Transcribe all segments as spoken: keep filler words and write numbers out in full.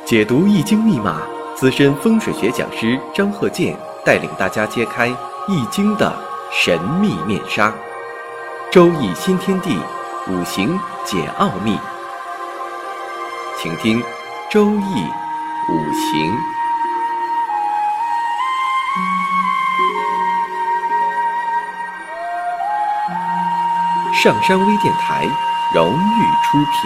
解读易经密码，资深风水学讲师张鹤剑带领大家揭开易经的神秘面纱。周易新天地，五行解奥秘。请听周易五行。上山微电台荣誉出品。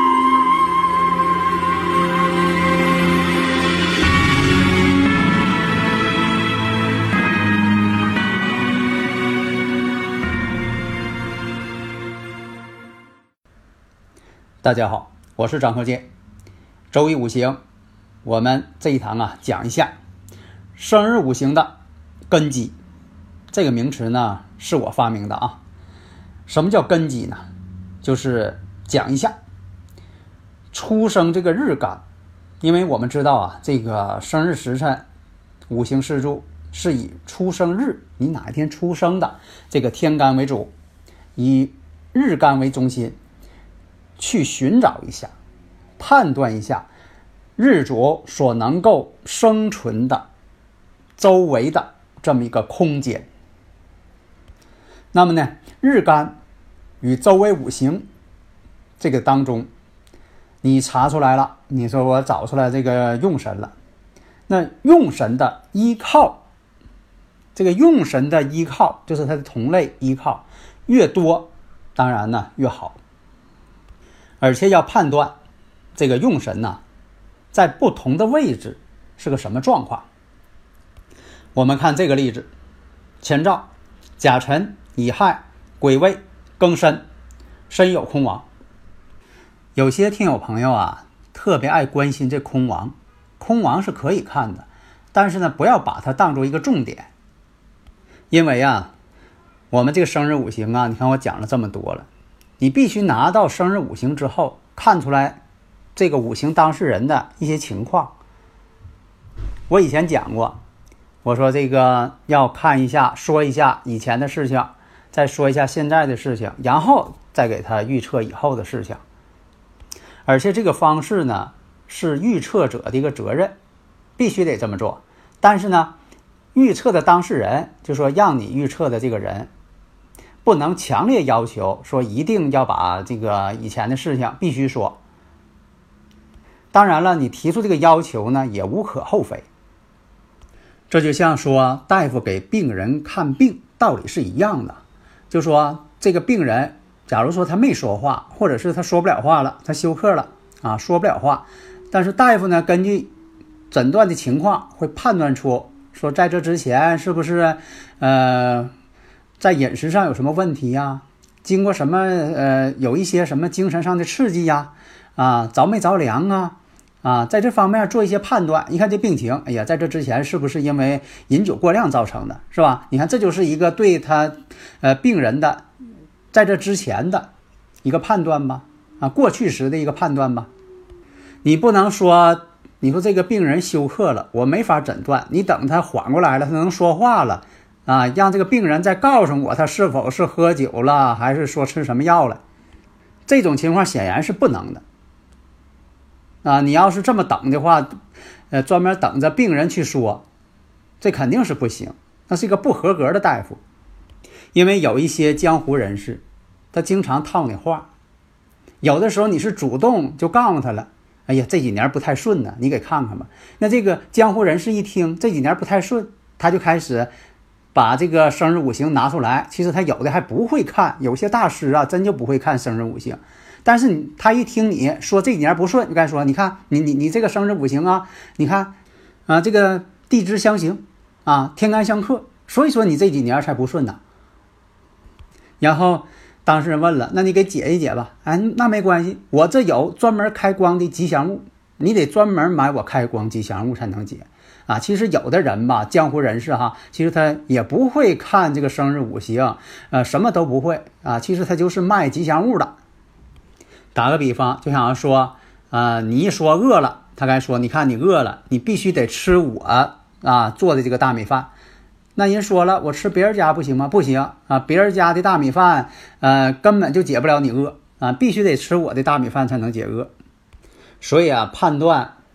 大家好，我是张鹤剑。周易五行，我们这一堂啊讲一下生日五行的根基。这个名词呢是我发明的啊。什么叫根基呢？就是讲一下出生这个日干，因为我们知道啊，这个生日时辰五行四柱是以出生日，你哪一天出生的这个天干为主，以日干为中心，去寻找一下，判断一下日主所能够生存的周围的这么一个空间。那么呢，日干与周围五行这个当中，你查出来了，你说我找出来这个用神了，那用神的依靠，这个用神的依靠就是它的同类依靠越多，当然呢越好。而且要判断这个用神呢在不同的位置是个什么状况。我们看这个例子，乾兆、甲辰、乙亥、癸未、庚申，申酉空亡。有些听友朋友啊特别爱关心这空亡，空亡是可以看的，但是呢不要把它当作一个重点。因为啊我们这个生日五行啊，你看我讲了这么多了，你必须拿到生日五行之后，看出来这个五行当事人的一些情况。我以前讲过，我说这个要看一下，说一下以前的事情，再说一下现在的事情，然后再给他预测以后的事情。而且这个方式呢是预测者的一个责任，必须得这么做。但是呢预测的当事人，就说让你预测的这个人，不能强烈要求说一定要把这个以前的事情必须说。当然了，你提出这个要求呢也无可厚非。这就像说大夫给病人看病道理是一样的，就说这个病人假如说他没说话，或者是他说不了话了，他休克了啊，说不了话，但是大夫呢根据诊断的情况会判断出说在这之前是不是呃在饮食上有什么问题呀，经过什么呃有一些什么精神上的刺激呀，啊着没着凉啊啊，在这方面做一些判断。一看这病情，哎呀，在这之前是不是因为饮酒过量造成的，是吧？你看这就是一个对他呃病人的在这之前的一个判断吧，啊，过去时的一个判断吧。你不能说你说这个病人休克了，我没法诊断，你等他缓过来了，他能说话了啊，让这个病人再告诉我他是否是喝酒了，还是说吃什么药了。这种情况显然是不能的啊！你要是这么等的话，呃，专门等着病人去说，这肯定是不行，那是一个不合格的大夫。因为有一些江湖人士，他经常套你话，有的时候你是主动就告诉他了，哎呀，这几年不太顺呢，你给看看吧。那这个江湖人士一听这几年不太顺，他就开始把这个生日五行拿出来。其实他有的还不会看，有些大师啊真就不会看生日五行，但是你他一听你说这几年不顺，就该说你看你你你这个生日五行啊，你看啊这个地支相刑啊，天干相克，所以说你这几年才不顺呢。然后当事人问了，那你给解一解吧。哎，那没关系，我这有专门开光的吉祥物，你得专门买我开光吉祥物才能解啊。其实有的人吧，江湖人士哈，其实他也不会看这个生日五行，呃，什么都不会啊。其实他就是卖吉祥物的。打个比方，就像说，呃，你一说饿了，他该说，你看你饿了，你必须得吃我啊做的这个大米饭。那人说了，我吃别人家不行吗？不行啊，别人家的大米饭，呃，根本就解不了你饿啊，必须得吃我的大米饭才能解饿。所以啊，判断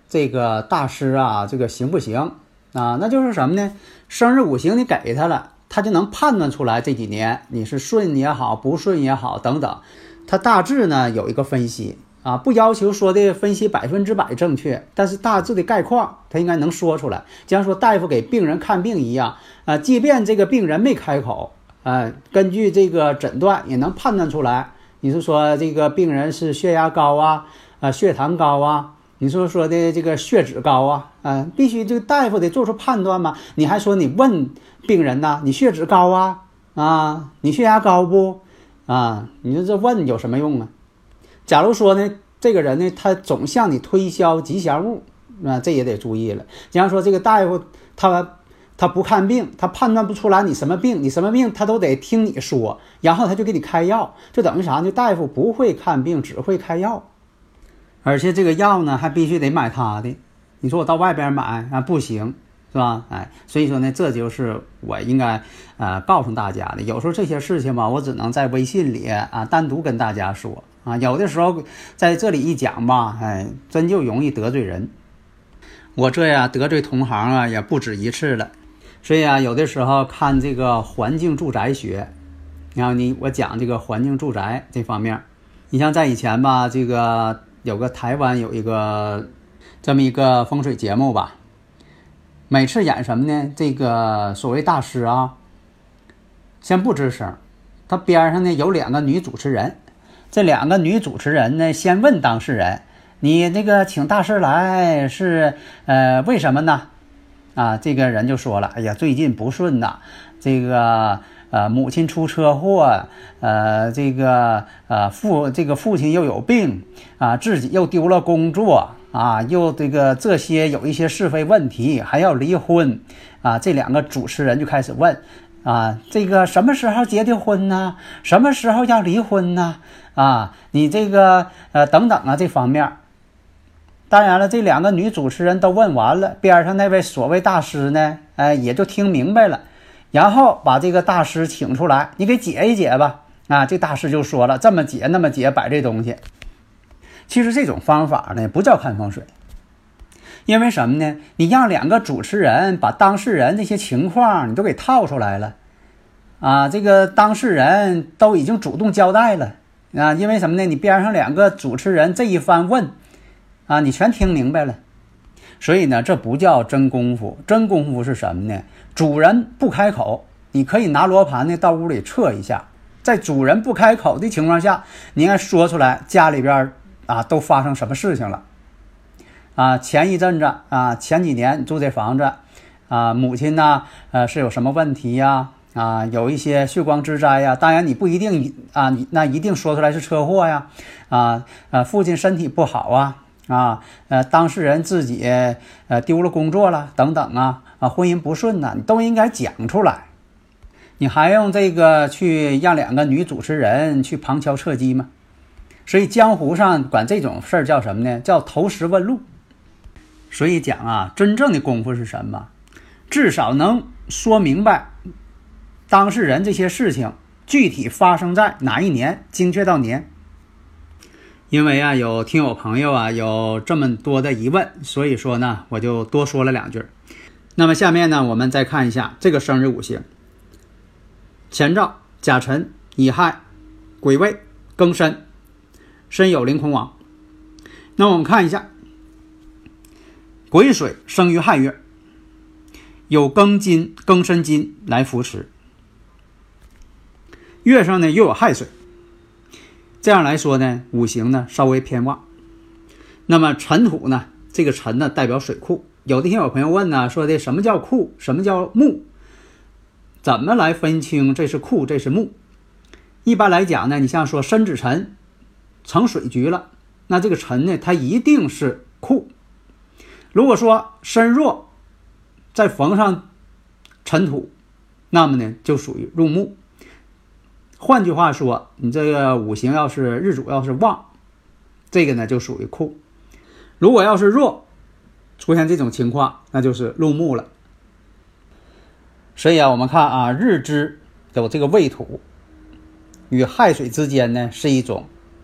这个大师啊，这个行不行啊？那就是什么呢？生日五行你给他了，他就能判断出来这几年你是顺也好，不顺也好等等，他大致呢有一个分析啊，不要求说的分析百分之百正确，但是大致的概况他应该能说出来，就像说大夫给病人看病一样啊，即便这个病人没开口啊，根据这个诊断也能判断出来，你是说这个病人是血压高啊，啊血糖高啊，你说说的这个血脂高啊，啊必须这个大夫得做出判断嘛，你还说你问病人呐，你血脂高啊，啊你血压高不啊？你说这问有什么用啊？假如说呢，这个人呢，他总向你推销吉祥物，啊，这也得注意了。假如说这个大夫他他不看病，他判断不出来你什么病，你什么病他都得听你说，然后他就给你开药，就等于啥呢？大夫不会看病，只会开药，而且这个药呢还必须得买他的。你说我到外边买啊，不行。是吧？哎，所以说呢，这就是我应该呃告诉大家的。有时候这些事情吧，我只能在微信里啊单独跟大家说啊。有的时候在这里一讲吧，哎，真就容易得罪人。我这呀得罪同行啊也不止一次了。所以啊，有的时候看这个环境住宅学，然后你我讲这个环境住宅这方面，你像在以前吧，这个有个台湾有一个这么一个风水节目吧。每次演什么呢？这个所谓大师啊，先不吱声，他边上呢有两个女主持人，这两个女主持人呢先问当事人：“你这个请大师来是呃为什么呢？”啊，这个人就说了：“哎呀，最近不顺呐，这个呃母亲出车祸，呃这个呃父这个父亲又有病啊，自己又丢了工作。”啊，又这个这些有一些是非问题，还要离婚啊！这两个主持人就开始问啊，这个什么时候结的婚呢？什么时候要离婚呢？啊，你这个呃等等啊这方面。当然了，这两个女主持人都问完了，边上那位所谓大师呢，哎也就听明白了，然后把这个大师请出来，你给解一解吧。啊，这大师就说了，这么解那么解，摆这东西。其实这种方法呢不叫看风水，因为什么呢？你让两个主持人把当事人这些情况你都给套出来了啊，这个当事人都已经主动交代了啊，因为什么呢？你边上两个主持人这一番问啊，你全听明白了，所以呢这不叫真功夫。真功夫是什么呢？主人不开口，你可以拿罗盘呢到屋里测一下，在主人不开口的情况下，你应该说出来家里边啊，都发生什么事情了？啊，前一阵子啊，前几年你住这房子啊，母亲呢，呃，是有什么问题呀？啊，有一些血光之灾呀。当然你不一定啊，你那一定说出来是车祸呀。啊，呃，父亲身体不好啊，啊，呃，当事人自己呃丢了工作了等等啊，啊，婚姻不顺呐，你都应该讲出来。你还用这个去让两个女主持人去旁敲侧击吗？所以江湖上管这种事儿叫什么呢？叫投石问路。所以讲啊，真正的功夫是什么？至少能说明白当事人这些事情具体发生在哪一年，精确到年。因为啊，有听友朋友啊有这么多的疑问，所以说呢，我就多说了两句。那么下面呢，我们再看一下这个生日五行：乾兆、甲辰、乙亥、癸未、庚申。申酉凌空王。那我们看一下，癸水生于亥月，有庚金、庚申金来扶持，月上呢又有亥水，这样来说呢，五行呢稍微偏旺。那么辰土呢，这个辰呢代表水库。有的听有朋友问呢，说的什么叫库，什么叫木，怎么来分清这是库这是木？一般来讲呢，你像说申子辰成水局了，那这个辰呢它一定是库。如果说申弱再逢上辰土，那么呢就属于入木。换句话说，你这个五行要是日主要是旺，这个呢就属于库。如果要是弱，出现这种情况，那就是入木了。所以啊，我们看啊，日支有这个未土与亥水之间呢是一种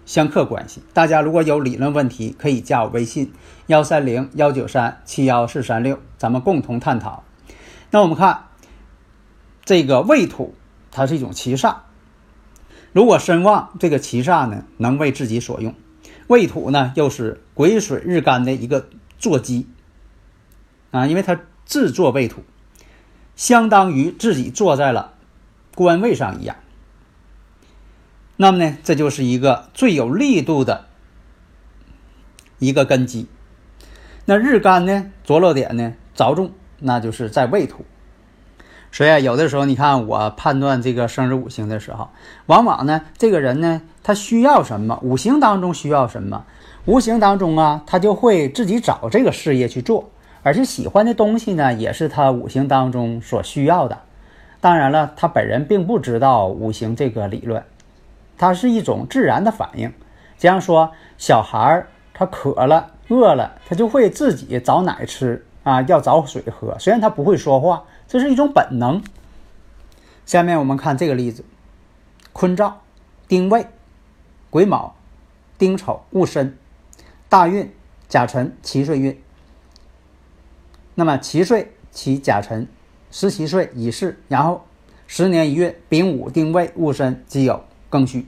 相克关系。大家如果有理论问题，可以加我微信幺三零幺九三七幺四三六，咱们共同探讨。那我们看这个未土，它是一种七煞，如果身旺，这个七煞呢能为自己所用。未土呢又是癸水日干的一个坐基啊，因为它自坐未土，相当于自己坐在了官位上一样。那么呢，这就是一个最有力度的一个根基。那日干呢，着落点呢着重，那就是在未土。所以啊，有的时候你看我判断这个生日五行的时候，往往呢这个人呢他需要什么，五行当中需要什么，无形当中啊他就会自己找这个事业去做，而且喜欢的东西呢也是他五行当中所需要的。当然了，他本人并不知道五行这个理论，它是一种自然的反应。这样说，小孩他渴了饿了，他就会自己找奶吃啊，要找水喝，虽然他不会说话，这是一种本能。下面我们看这个例子，坤兆、丁未、癸卯、丁丑、戊申，大运甲辰七岁运。那么七岁起甲辰，十七岁乙巳，然后十年一月丙午、丁未、戊申、己酉、庚戌。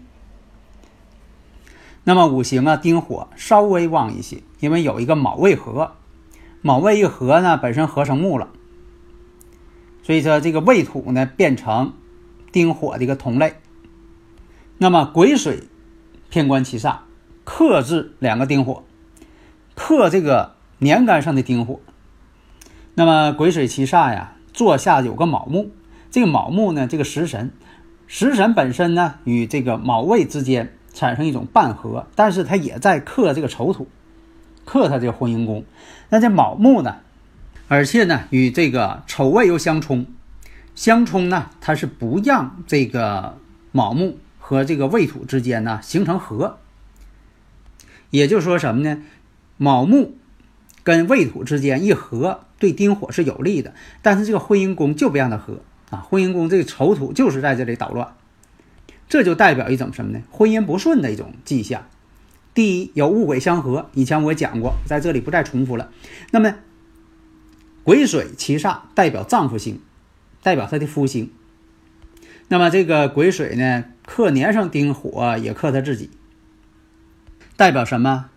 那么五行啊，丁火稍微旺一些，因为有一个卯未合，卯未一合呢，本身合成木了，所以说这个未土呢变成丁火的一个同类。那么癸水偏官七煞，克制两个丁火，克这个年干上的丁火。那么癸水七煞呀，坐下有个卯木，这个卯木呢，这个食神，食神本身呢与这个卯未之间产生一种半合，但是它也在克这个丑土，克它这个婚姻宫。那这卯木呢，而且呢与这个丑未又相冲，相冲呢它是不让这个卯木和这个未土之间呢形成合。也就是说什么呢，卯木跟未土之间一合，对丁火是有利的，但是这个婚姻宫就不让它合啊，婚姻宫这个丑土就是在这里捣乱，这就代表一种什么呢？婚姻不顺的一种迹象。第一，有戊癸相合，以前我也讲过，在这里不再重复了。那么癸水七煞代表丈夫星，代表他的夫星。那么这个癸水呢，克年上丁火，也克他自己，代表什么？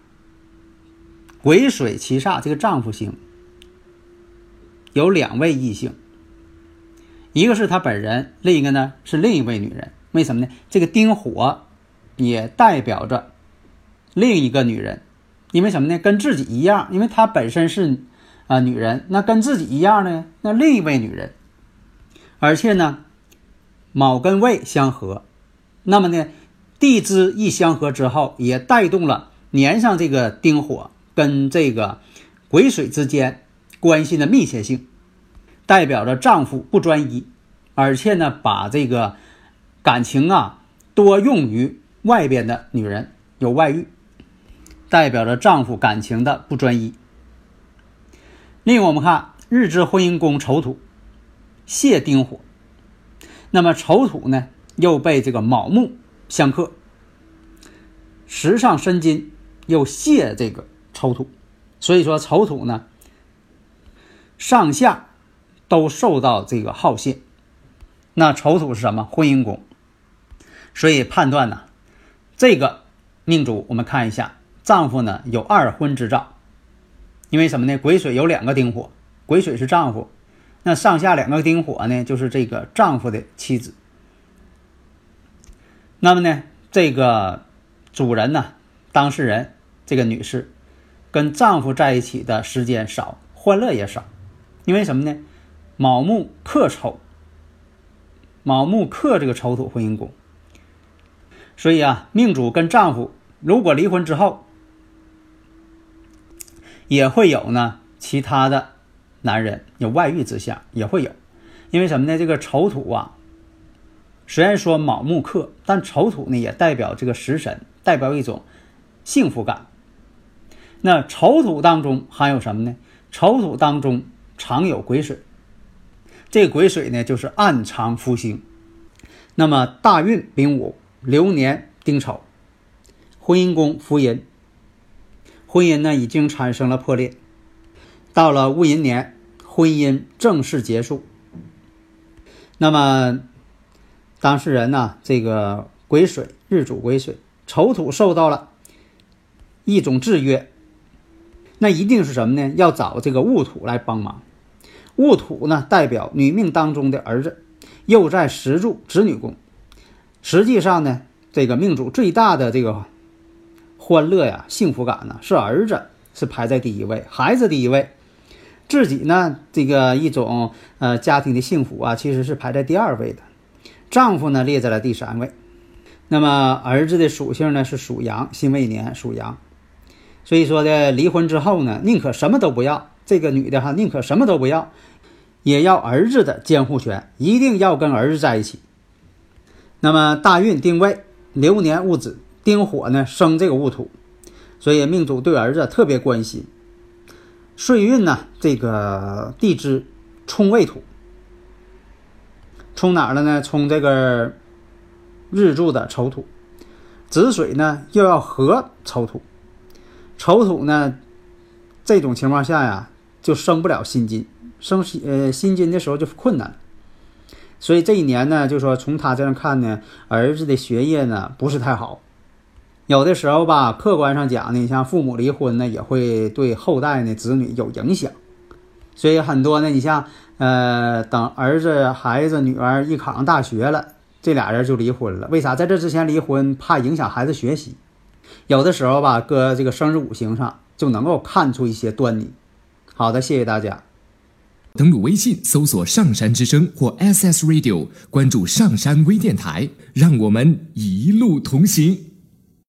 癸水七煞这个丈夫星有两位异性，一个是他本人，另一个呢是另一位女人。为什么呢？这个丁火也代表着另一个女人，因为什么呢？跟自己一样，因为她本身是啊、呃、女人，那跟自己一样呢，那另一位女人。而且呢，卯跟未相合，那么呢，地支一相合之后，也带动了年上这个丁火跟这个癸水之间关系的密切性，代表着丈夫不专一，而且呢，把这个感情啊多用于外边的女人，有外遇，代表着丈夫感情的不专一。另外我们看日支婚姻宫丑土泄丁火，那么丑土呢又被这个卯木相克，时上申金又泄这个丑土，所以说丑土呢上下都受到这个耗泄。那丑土是什么？婚姻宫。所以判断呢，这个命主我们看一下，丈夫呢有二婚之兆。因为什么呢？癸水有两个丁火，癸水是丈夫，那上下两个丁火呢就是这个丈夫的妻子。那么呢，这个主人呢，当事人这个女士跟丈夫在一起的时间少，欢乐也少。因为什么呢？卯木克丑，卯木克这个丑土婚姻宫。所以啊，命主跟丈夫如果离婚之后，也会有呢其他的男人有外遇之下，也会有。因为什么呢？这个丑土啊，虽然说卯木克，但丑土呢也代表这个食神，代表一种幸福感。那丑土当中还有什么呢？丑土当中常有癸水，这个癸水呢就是暗藏夫星。那么大运丙午，流年丁丑， 婚姻宫福银，婚姻呢已经产生了破裂。到了戊寅年，婚姻正式结束。那么当事人呢，这个癸水，日主癸水，丑土受到了一种制约，那一定是什么呢？要找这个戊土来帮忙。戊土呢代表女命当中的儿子，又在时柱子女宫。实际上呢，这个命主最大的这个欢乐呀、幸福感呢，是儿子是排在第一位，孩子第一位。自己呢，这个一种呃家庭的幸福啊，其实是排在第二位的。丈夫呢列在了第三位。那么儿子的属性呢是属羊，辛未年属羊。所以说的离婚之后呢，宁可什么都不要，这个女的哈，宁可什么都不要，也要儿子的监护权，一定要跟儿子在一起。那么大运定位，流年戊子，丁火呢生这个戊土，所以命主对儿子特别关心。岁运呢，这个地支冲未土，冲哪儿了呢？冲这个日柱的丑土。子水呢又要合丑土，丑土呢这种情况下呀，就生不了辛金，生呃辛金的时候就困难了。所以这一年呢，就说从他这样看呢，儿子的学业呢不是太好。有的时候吧，客观上讲呢，像父母离婚呢，也会对后代呢子女有影响。所以很多呢，你像呃，等儿子、孩子、女儿一考上大学了，这俩人就离婚了。为啥？在这之前离婚，怕影响孩子学习。有的时候吧，搁这个生日五行上就能够看出一些端倪。好的，谢谢大家。 登录微信搜索上山之声或 S S Radio， 关注上山微电台，让我们一路同行。